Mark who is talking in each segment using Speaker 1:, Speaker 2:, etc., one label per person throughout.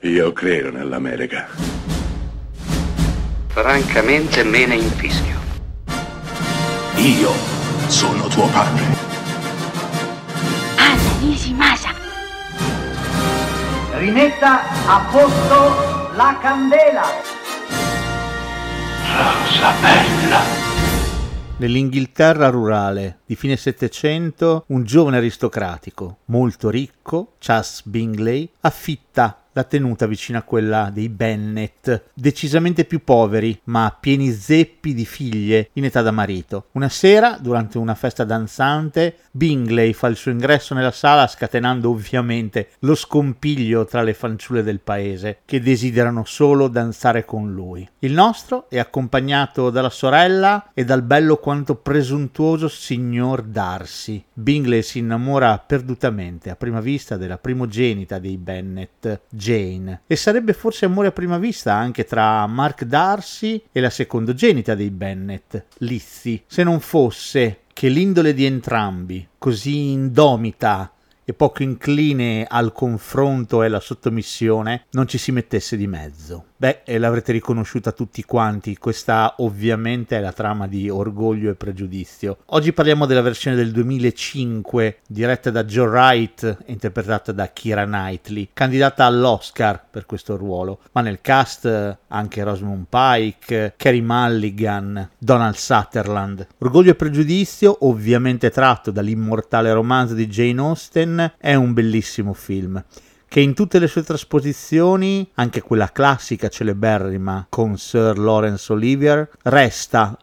Speaker 1: Io credo nell'America.
Speaker 2: Francamente me ne infischio.
Speaker 3: Io sono tuo padre.
Speaker 4: Anna Nishimasa.
Speaker 5: Rimetta a posto la candela.
Speaker 3: Rosa bella.
Speaker 6: Nell'Inghilterra rurale di fine Settecento, un giovane aristocratico, molto ricco, Chas Bingley, affitta la tenuta vicino a quella dei Bennet, decisamente più poveri, ma pieni zeppi di figlie in età da marito. Una sera, durante una festa danzante, Bingley fa il suo ingresso nella sala scatenando ovviamente lo scompiglio tra le fanciulle del paese, che desiderano solo danzare con lui. Il nostro è accompagnato dalla sorella e dal bello quanto presuntuoso signor Darcy. Bingley si innamora perdutamente a prima vista della primogenita dei Bennet, Jane, e sarebbe forse amore a prima vista anche tra Mark Darcy e la secondogenita dei Bennet, Lizzie, se non fosse che l'indole di entrambi, così indomita e poco incline al confronto e alla sottomissione, non ci si mettesse di mezzo. Beh, e l'avrete riconosciuta tutti quanti, questa ovviamente è la trama di Orgoglio e Pregiudizio. Oggi parliamo della versione del 2005, diretta da Joe Wright e interpretata da Keira Knightley, candidata all'Oscar per questo ruolo, ma nel cast anche Rosamund Pike, Carey Mulligan, Donald Sutherland. Orgoglio e Pregiudizio, ovviamente tratto dall'immortale romanzo di Jane Austen, è un bellissimo film che in tutte le sue trasposizioni, anche quella classica celeberrima con Sir Laurence Olivier, resta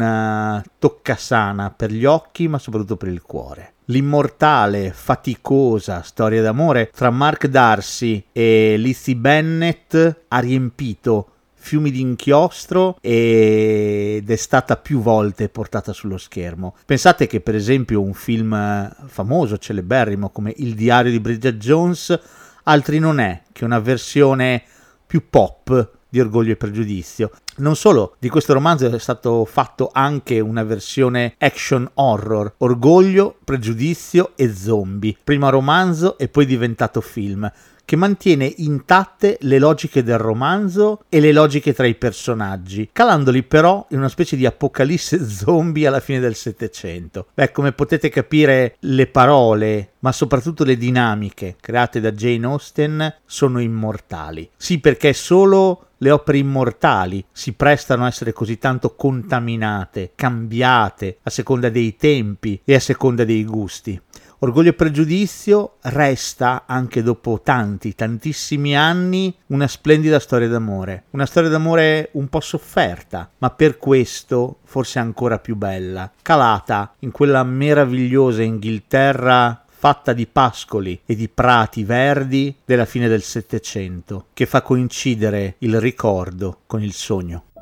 Speaker 6: un toccasana per gli occhi ma soprattutto per il cuore. L'immortale, faticosa storia d'amore tra Mark Darcy e Lizzie Bennet ha riempito fiumi di inchiostro ed è stata più volte portata sullo schermo. Pensate che per esempio un film famoso, celeberrimo come Il diario di Bridget Jones altri non è che una versione più pop di Orgoglio e Pregiudizio. Non solo, di questo romanzo è stato fatto anche una versione action horror, Orgoglio, Pregiudizio e Zombie, prima romanzo e poi diventato film, che mantiene intatte le logiche del romanzo e le logiche tra i personaggi, calandoli però in una specie di apocalisse zombie alla fine del Settecento. Beh, come potete capire, le parole, ma soprattutto le dinamiche create da Jane Austen sono immortali. Sì, perché solo le opere immortali si prestano a essere così tanto contaminate, cambiate a seconda dei tempi e a seconda dei gusti. Orgoglio e Pregiudizio resta, anche dopo tantissimi anni, una splendida storia d'amore. Una storia d'amore un po' sofferta, ma per questo forse ancora più bella, calata in quella meravigliosa Inghilterra fatta di pascoli e di prati verdi della fine del Settecento, che fa coincidere il ricordo con il sogno.